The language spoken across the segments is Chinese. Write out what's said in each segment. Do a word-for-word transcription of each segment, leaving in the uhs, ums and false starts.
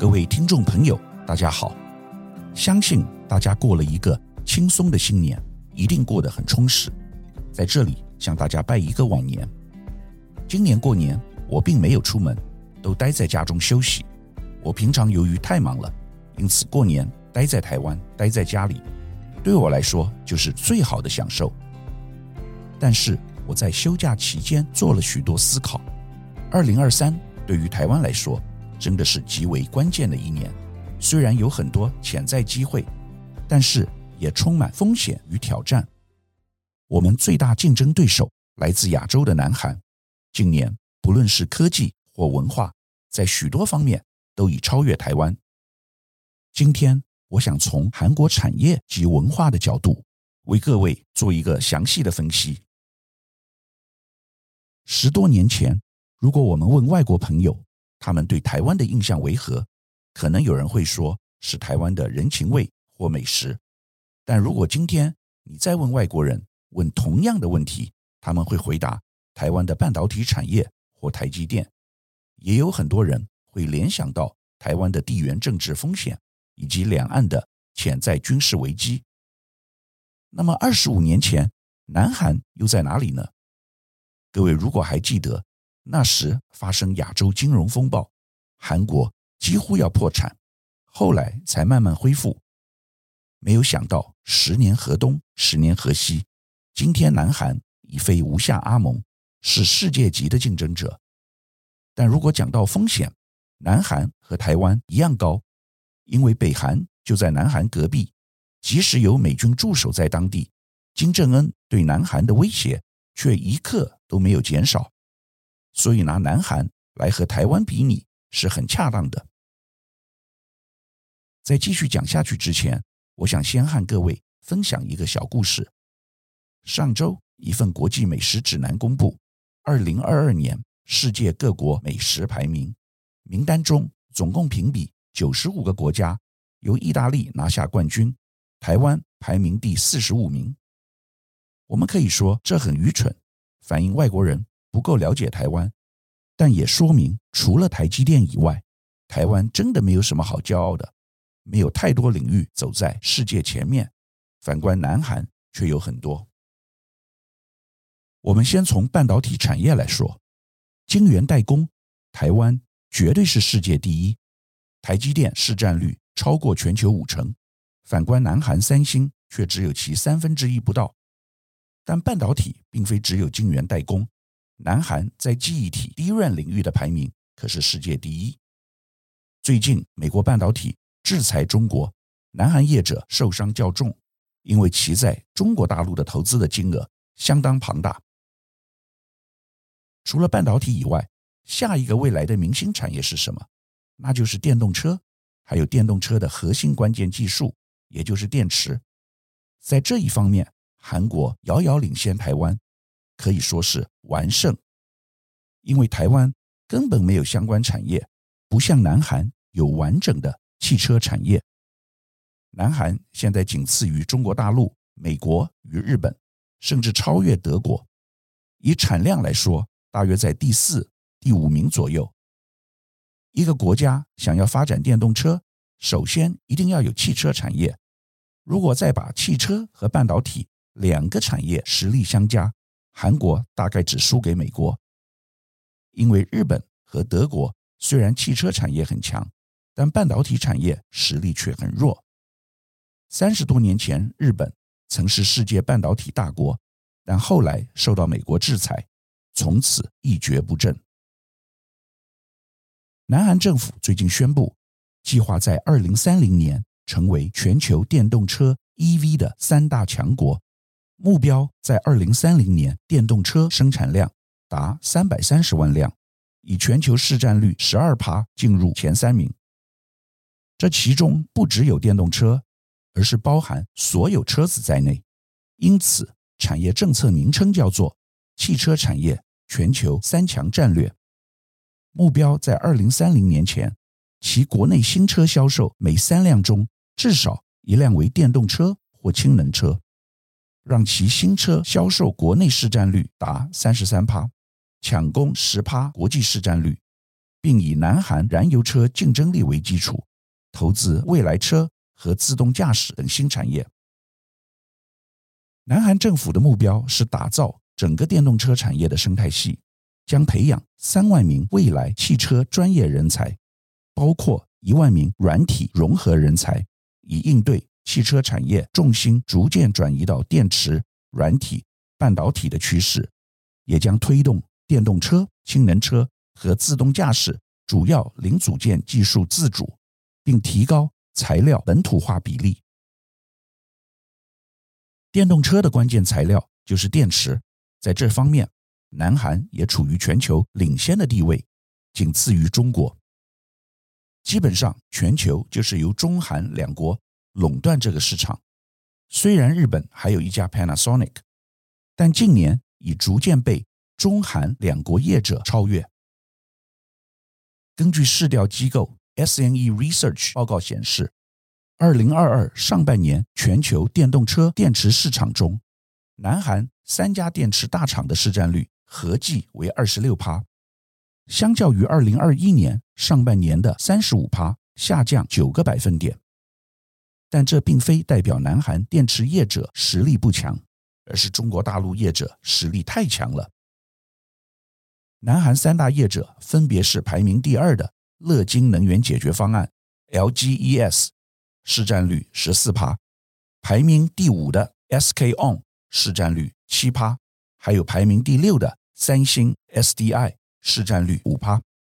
各位听众朋友，大家好。相信大家过了一个轻松的新年，一定过得很充实。在这里向大家拜一个晚年。今年过年我并没有出门，都待在家中休息。我平常由于太忙了，因此过年待在台湾，待在家里，对我来说就是最好的享受。但是我在休假期间做了许多思考。二零二三对于台湾来说真的是极为关键的一年，虽然有很多潜在机会，但是也充满风险与挑战。我们最大竞争对手来自亚洲的南韩，近年不论是科技或文化，在许多方面都已超越台湾。今天我想从韩国产业及文化的角度，为各位做一个详细的分析。十多年前，如果我们问外国朋友，他们对台湾的印象为何，可能有人会说是台湾的人情味或美食。但如果今天你再问外国人，问同样的问题，他们会回答台湾的半导体产业或台积电。也有很多人会联想到台湾的地缘政治风险以及两岸的潜在军事危机。那么二十五年前，南韩又在哪里呢？各位如果还记得，那时发生亚洲金融风暴，韩国几乎要破产，后来才慢慢恢复。没有想到十年河东，十年河西，今天南韩已非无下阿蒙，是世界级的竞争者。但如果讲到风险，南韩和台湾一样高，因为北韩就在南韩隔壁，即使有美军驻守在当地，金正恩对南韩的威胁却一刻都没有减少。所以拿南韩来和台湾比拟是很恰当的。在继续讲下去之前，我想先和各位分享一个小故事。上周一份国际美食指南公布二零二二年世界各国美食排名，名单中总共评比九十五个国家，由意大利拿下冠军，台湾排名第四十五名。我们可以说这很愚蠢，反映外国人不够了解台湾，但也说明除了台积电以外，台湾真的没有什么好骄傲的，没有太多领域走在世界前面，反观南韩却有很多。我们先从半导体产业来说，晶圆代工，台湾绝对是世界第一，台积电市占率超过全球五成，反观南韩三星却只有其三分之一不到。但半导体并非只有晶圆代工，南韩在记忆体 D RAM 领域的排名可是世界第一。最近美国半导体制裁中国，南韩业者受伤较重，因为其在中国大陆的投资的金额相当庞大。除了半导体以外，下一个未来的明星产业是什么？那就是电动车，还有电动车的核心关键技术，也就是电池。在这一方面，韩国遥遥领先台湾，可以说是完胜。因为台湾根本没有相关产业，不像南韩有完整的汽车产业。南韩现在仅次于中国大陆、美国与日本，甚至超越德国。以产量来说，大约在第四、第五名左右。一个国家想要发展电动车，首先一定要有汽车产业。如果再把汽车和半导体两个产业实力相加，韩国大概只输给美国。因为日本和德国虽然汽车产业很强，但半导体产业实力却很弱。三十多年前，日本曾是世界半导体大国，但后来受到美国制裁，从此一蹶不振。南韩政府最近宣布，计划在二零三零年成为全球电动车 E V 的三大强国，目标在二零三零年电动车生产量达三百三十万辆，以全球市占率 百分之十二 进入前三名。这其中不只有电动车，而是包含所有车子在内，因此产业政策名称叫做汽车产业全球三强战略。目标在二零三零年前，其国内新车销售每三辆中至少一辆为电动车或氢能车，让其新车销售国内市占率达 百分之三十三， 抢攻 百分之十 国际市占率。 并以南韩燃油车竞争力为基础，投资未来车和自动驾驶等新产业。南韩政府的目标是打造整个电动车产业的生态系，将培养三万名未来汽车专业人才，包括一万名软体融合人才，以应对汽车产业重心逐渐转移到电池、软体、半导体的趋势，也将推动电动车、氢能车和自动驾驶主要零组件技术自主，并提高材料本土化比例。电动车的关键材料就是电池，在这方面，南韩也处于全球领先的地位，仅次于中国。基本上，全球就是由中韩两国垄断这个市场。虽然日本还有一家 Panasonic， 但近年已逐渐被中韩两国业者超越。根据市调机构 S N E Research 报告显示，二零二二上半年全球电动车电池市场中，南韩三家电池大厂的市占率合计为 百分之二十六， 相较于二零二一年上半年的 百分之三十五， 下降九个百分点。但这并非代表南韩电池业者实力不强，而是中国大陆业者实力太强了。南韩三大业者分别是排名第二的乐金能源解决方案 L G E S， 市占率 百分之十四， 排名第五的 S K On 市占率 百分之七， 还有排名第六的三星 S D I 市占率 百分之五。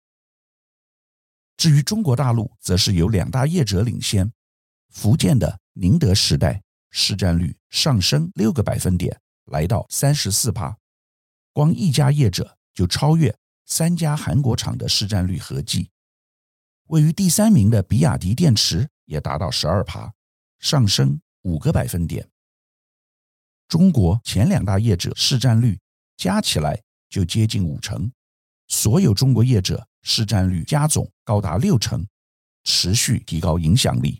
至于中国大陆，则是有两大业者领先，福建的宁德时代市占率上升六个百分点，来到 百分之三十四， 光一家业者就超越三家韩国厂的市占率合计。位于第三名的比亚迪电池也达到 百分之十二， 上升五个百分点。中国前两大业者市占率加起来就接近五成，所有中国业者市占率加总高达六成，持续提高影响力。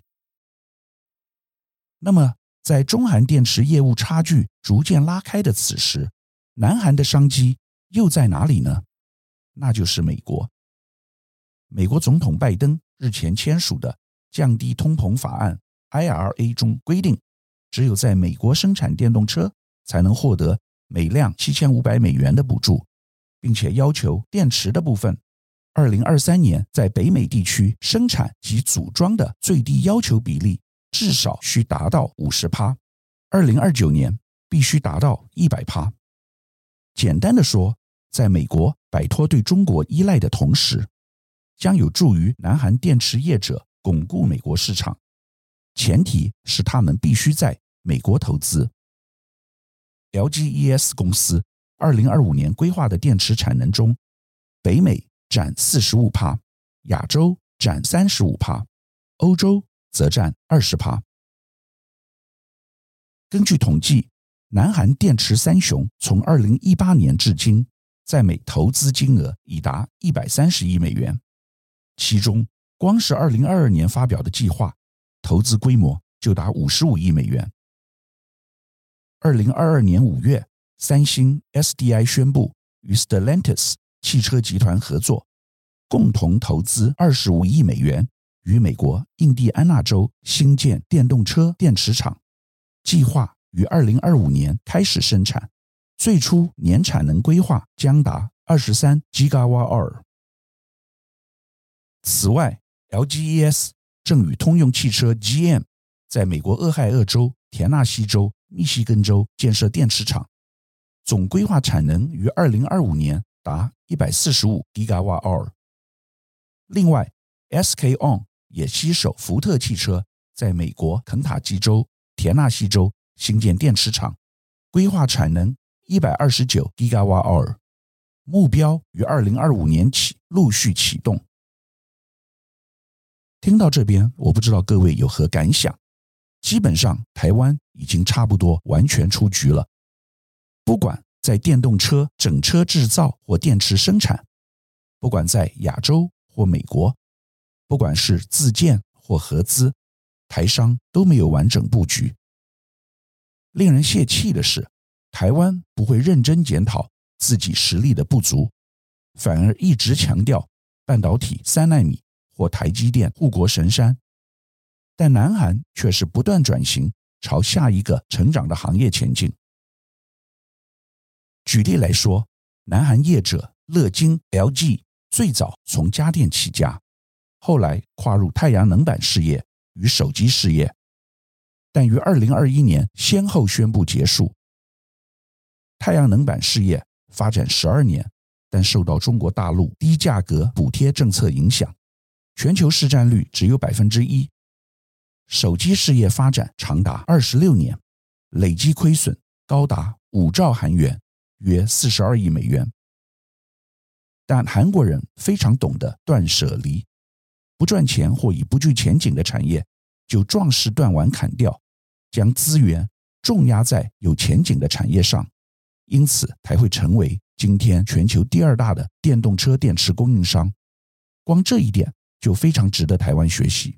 那么在中韩电池业务差距逐渐拉开的此时，南韩的商机又在哪里呢？那就是美国。美国总统拜登日前签署的降低通膨法案 I R A 中规定，只有在美国生产电动车才能获得每辆七千五百美元的补助，并且要求电池的部分二零二三年在北美地区生产及组装的最低要求比例至少需达到 百分之五十， 二零二九年必须达到 百分之百。 简单的说，在美国摆脱对中国依赖的同时，将有助于南韩电池业者巩固美国市场，前提是他们必须在美国投资。 L G E S 公司二零二五年规划的电池产能中，北美占 百分之四十五， 亚洲占 百分之三十五， 欧洲则占 百分之二十。 根据统计，南韩电池三雄从二零一八年至今，在美投资金额已达一百三十亿美元，其中光是二零二二年发表的计划，投资规模就达五十五亿美元。二零二二年五月，三星 S D I 宣布与 Stellantis 汽车集团合作，共同投资二十五亿美元，于美国印第安纳州新建电动车电池厂，计划于二零二五年开始生产，最初年产能规划将达二十三 Gigawatt-hour。 此外， L G E S 正与通用汽车 G M 在美国俄亥俄州、田纳西州、密西根州建设电池厂，总规划产能于二零二五年达一百四十五 Gigawatt-hour。 另外， S K On 也携手福特汽车在美国肯塔基州、田纳西州新建电池厂，规划产能一百二十九 Gigawatt-hour， 目标于二零二五年起陆续启动。听到这边，我不知道各位有何感想。基本上台湾已经差不多完全出局了，不管在电动车整车制造或电池生产，不管在亚洲或美国，不管是自建或合资，台商都没有完整布局。令人泄气的是，台湾不会认真检讨自己实力的不足，反而一直强调半导体三奈米或台积电护国神山，但南韩却是不断转型，朝下一个成长的行业前进。举例来说，南韩业者乐金 L G 最早从家电起家，后来跨入太阳能板事业与手机事业，但于二零二一年先后宣布结束。太阳能板事业发展十二年，但受到中国大陆低价格补贴政策影响，全球市占率只有 百分之一。 手机事业发展长达二十六年，累计亏损高达五兆韩元，约四十二亿美元。但韩国人非常懂得断舍离，不赚钱或已不具前景的产业就壮士断腕砍掉，将资源重压在有前景的产业上，因此才会成为今天全球第二大的电动车电池供应商。光这一点就非常值得台湾学习。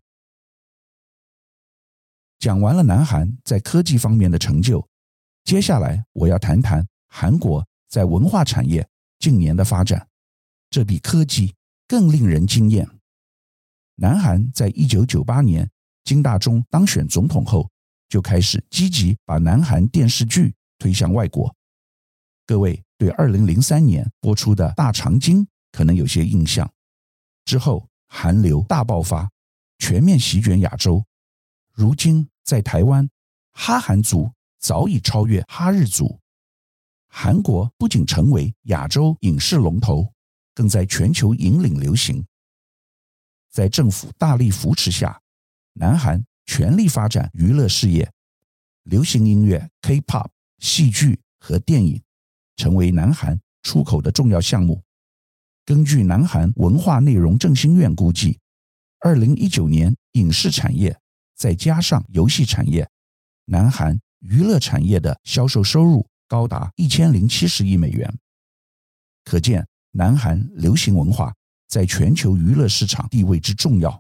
讲完了南韩在科技方面的成就，接下来我要谈谈韩国在文化产业近年的发展，这比科技更令人惊艳。南韩在一九九八年金大中当选总统后，就开始积极把南韩电视剧推向外国。各位对二零零三年播出的大长今可能有些印象，之后韩流大爆发，全面席卷亚洲。如今在台湾，哈韩族早已超越哈日族。韩国不仅成为亚洲影视龙头，更在全球引领流行。在政府大力扶持下，南韩全力发展娱乐事业，流行音乐 K-pop、 戏剧和电影成为南韩出口的重要项目。根据南韩文化内容振兴院估计，二零一九年影视产业再加上游戏产业，南韩娱乐产业的销售收入高达一千零七十亿美元。可见南韩流行文化在全球娱乐市场地位之重要。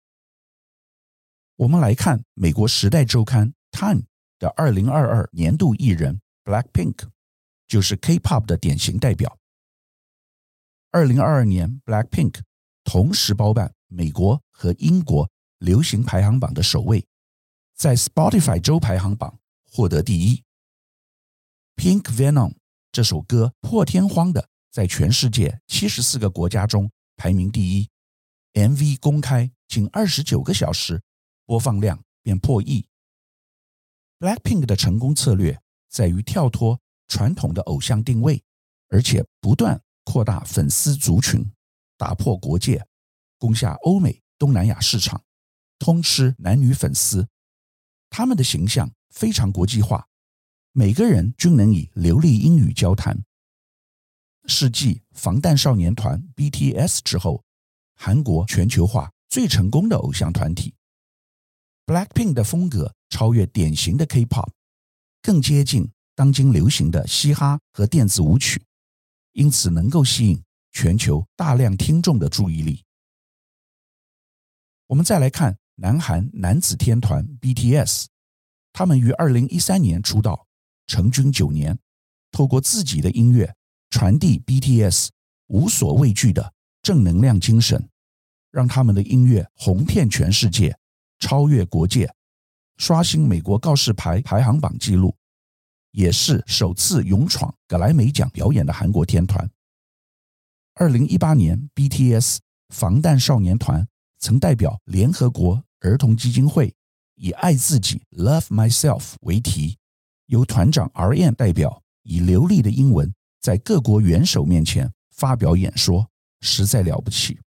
我们来看美国时代周刊 Time 的二零二二年度艺人 Blackpink， 就是 K-pop 的典型代表。二零二二年 Blackpink 同时包办美国和英国流行排行榜的首位，在 Spotify 周排行榜获得第一。Pink Venom 这首歌破天荒的在全世界七十四个国家中排名第一， M V 公开仅二十九个小时，播放量便破亿。Blackpink 的成功策略在于跳脱传统的偶像定位，而且不断扩大粉丝族群，打破国界，攻下欧美、东南亚市场，通吃男女粉丝。他们的形象非常国际化，每个人均能以流利英语交谈。是继防弹少年团 B T S 之后，韩国全球化最成功的偶像团体。Blackpink 的风格超越典型的 K-pop， 更接近当今流行的嘻哈和电子舞曲，因此能够吸引全球大量听众的注意力。我们再来看南韩男子天团 B T S， 他们于二零一三年出道，成军九年，透过自己的音乐传递 B T S 无所畏惧的正能量精神，让他们的音乐红遍全世界，超越国界，刷新美国告示牌排行榜纪录，也是首次勇闯格莱美奖表演的韩国天团。二零一八年 B T S 防弹少年团曾代表联合国儿童基金会以爱自己 Love Myself 为题，由团长 R M 代表以流利的英文在各国元首面前发表演说，实在了不起。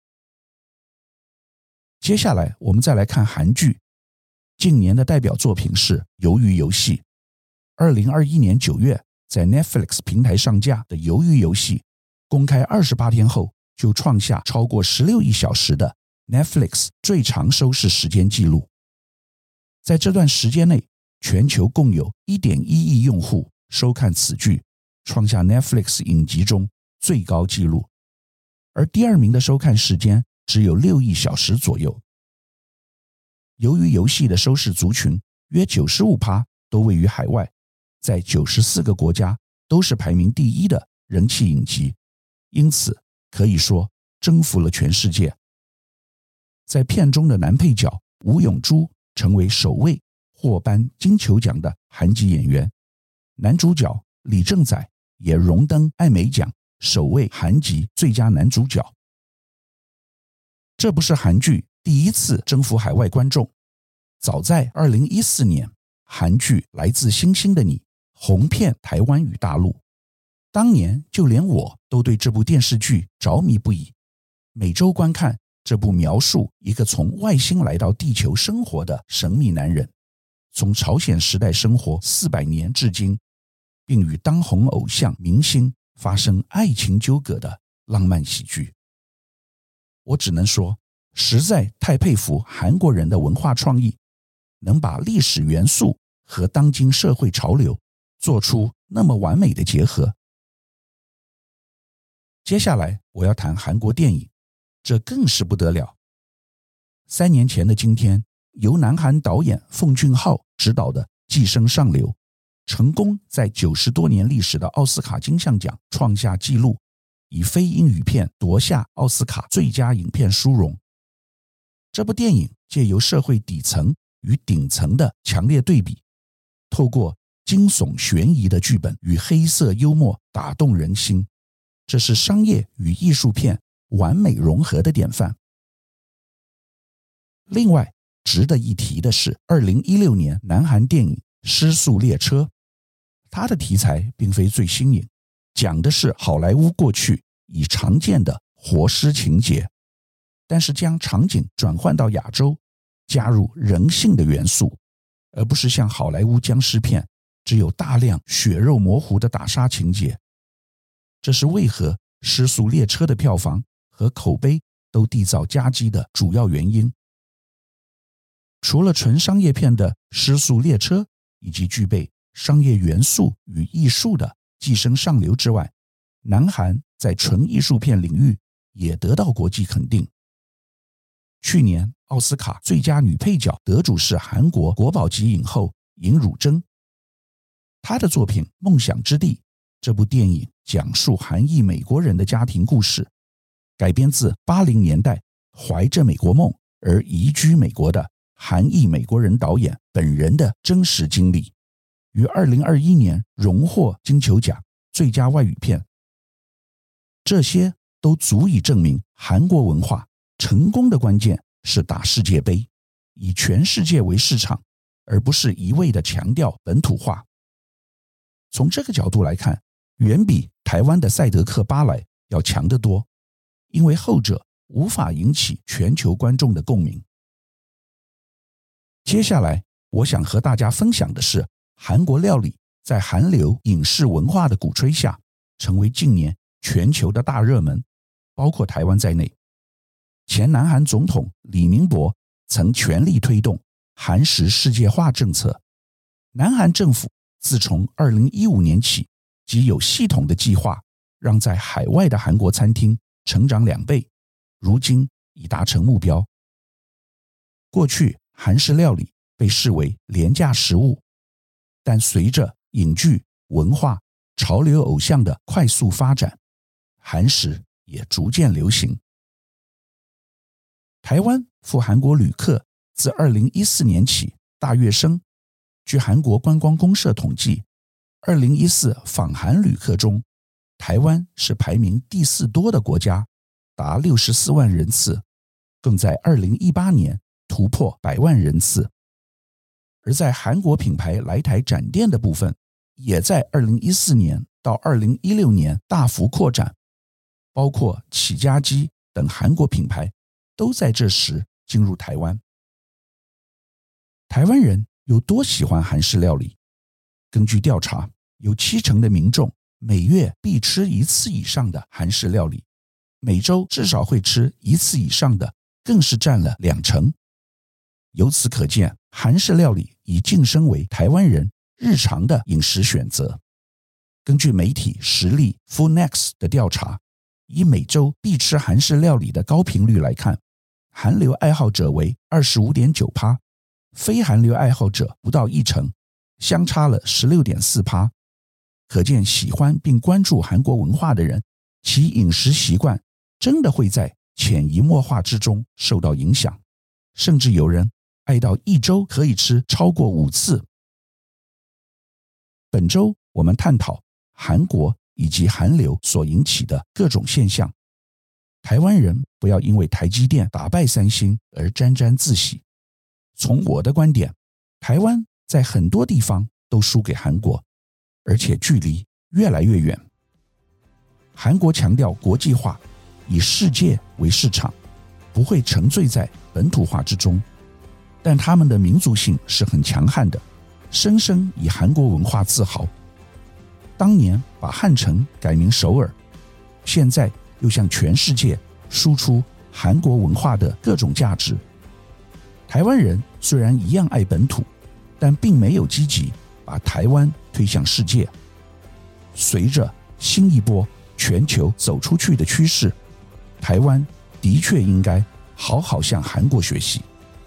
接下来我们再来看韩剧，近年的代表作品是《鱿鱼游戏》。二零二一年九月在 Netflix 平台上架的《鱿鱼游戏》，公开二十八天后就创下超过十六亿小时的 Netflix 最长收视时间纪录。在这段时间内，全球共有 一点一亿用户收看此剧，创下 Netflix 影集中最高纪录，而第二名的收看时间只有六亿小时左右。由于游戏的收视族群约 百分之九十五 都位于海外，在九十四个国家都是排名第一的人气影集，因此可以说征服了全世界。在片中的男配角吴永珠成为首位获颁金球奖的韩籍演员，男主角李正宰也荣登艾美奖首位韩籍最佳男主角。这不是韩剧第一次征服海外观众，早在二零一四年，韩剧《来自星星的你》红遍台湾与大陆，当年就连我都对这部电视剧着迷不已，每周观看这部描述一个从外星来到地球生活的神秘男人，从朝鲜时代生活四百年至今，并与当红偶像明星发生爱情纠葛的浪漫喜剧。我只能说，实在太佩服韩国人的文化创意，能把历史元素和当今社会潮流做出那么完美的结合。接下来我要谈韩国电影，这更是不得了。三年前的今天，由南韩导演奉俊昊执导的《寄生上流》成功在九十多年历史的奥斯卡金像奖创下纪录，以非英语片夺下奥斯卡最佳影片殊荣。这部电影借由社会底层与顶层的强烈对比，透过惊悚悬疑的剧本与黑色幽默打动人心，这是商业与艺术片完美融合的典范。另外值得一提的是二零一六年南韩电影《失速列车》，它的题材并非最新颖，讲的是好莱坞过去已常见的活尸情节，但是将场景转换到亚洲，加入人性的元素，而不是像好莱坞僵尸片只有大量血肉模糊的打杀情节。这是为何《失速列车》的票房和口碑都缔造佳绩的主要原因。除了纯商业片的《失速列车》以及具备商业元素与艺术的《寄生上流》之外，南韩在纯艺术片领域也得到国际肯定。去年奥斯卡最佳女配角得主是韩国国宝级影后尹汝贞，她的作品《梦想之地》这部电影讲述韩裔美国人的家庭故事，改编自八零年代怀着美国梦而移居美国的韩裔美国人导演本人的真实经历，于二零二一年荣获金球奖最佳外语片。这些都足以证明韩国文化成功的关键是打世界杯，以全世界为市场，而不是一味的强调本土化。从这个角度来看，远比台湾的赛德克巴莱要强得多，因为后者无法引起全球观众的共鸣。接下来我想和大家分享的是，韩国料理在韩流影视文化的鼓吹下，成为近年全球的大热门，包括台湾在内。前南韩总统李明博曾全力推动韩食世界化政策，南韩政府自从二零一五年起即有系统的计划，让在海外的韩国餐厅成长两倍，如今已达成目标。过去韩式料理被视为廉价食物，但随着影剧、文化、潮流偶像的快速发展，韩食也逐渐流行。台湾赴韩国旅客自二零一四年起大跃升，据韩国观光公社统计，二零一四访韩旅客中，台湾是排名第四多的国家，达六十四万人次，更在二零一八年突破百万人次。而在韩国品牌来台展店的部分，也在二零一四年到二零一六年大幅扩展，包括起家鸡等韩国品牌都在这时进入台湾。台湾人有多喜欢韩式料理？根据调查，有七成的民众每月必吃一次以上的韩式料理，每周至少会吃一次以上的更是占了两成。由此可见，韩式料理已晋升为台湾人日常的饮食选择。根据媒体实力 Foodnext 的调查，以每周必吃韩式料理的高频率来看，韩流爱好者为 百分之二十五点九， 非韩流爱好者不到一成，相差了 百分之十六点四。 可见喜欢并关注韩国文化的人，其饮食习惯真的会在潜移默化之中受到影响，甚至有人爱到一周可以吃超过五次。本周我们探讨韩国以及韩流所引起的各种现象。台湾人不要因为台积电打败三星而沾沾自喜。从我的观点，台湾在很多地方都输给韩国，而且距离越来越远。韩国强调国际化，以世界为市场，不会沉醉在本土化之中，但他们的民族性是很强悍的，深深以韩国文化自豪。当年把汉城改名首尔，现在又向全世界输出韩国文化的各种价值。台湾人虽然一样爱本土，但并没有积极把台湾推向世界。随着新一波全球走出去的趋势，台湾的确应该好好向韩国学习。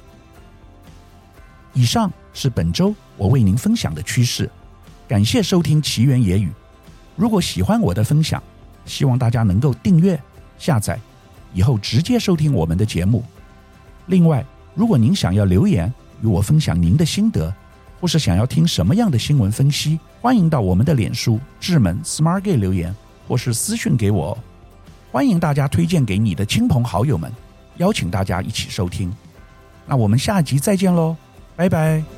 以上是本周我为您分享的趋势，感谢收听奇缘野语。如果喜欢我的分享，希望大家能够订阅、下载，以后直接收听我们的节目。另外，如果您想要留言与我分享您的心得，或是想要听什么样的新闻分析，欢迎到我们的脸书智门 Smart Gay 留言，或是私讯给我。欢迎大家推荐给你的亲朋好友们，邀请大家一起收听。那我们下集再见咯，拜拜。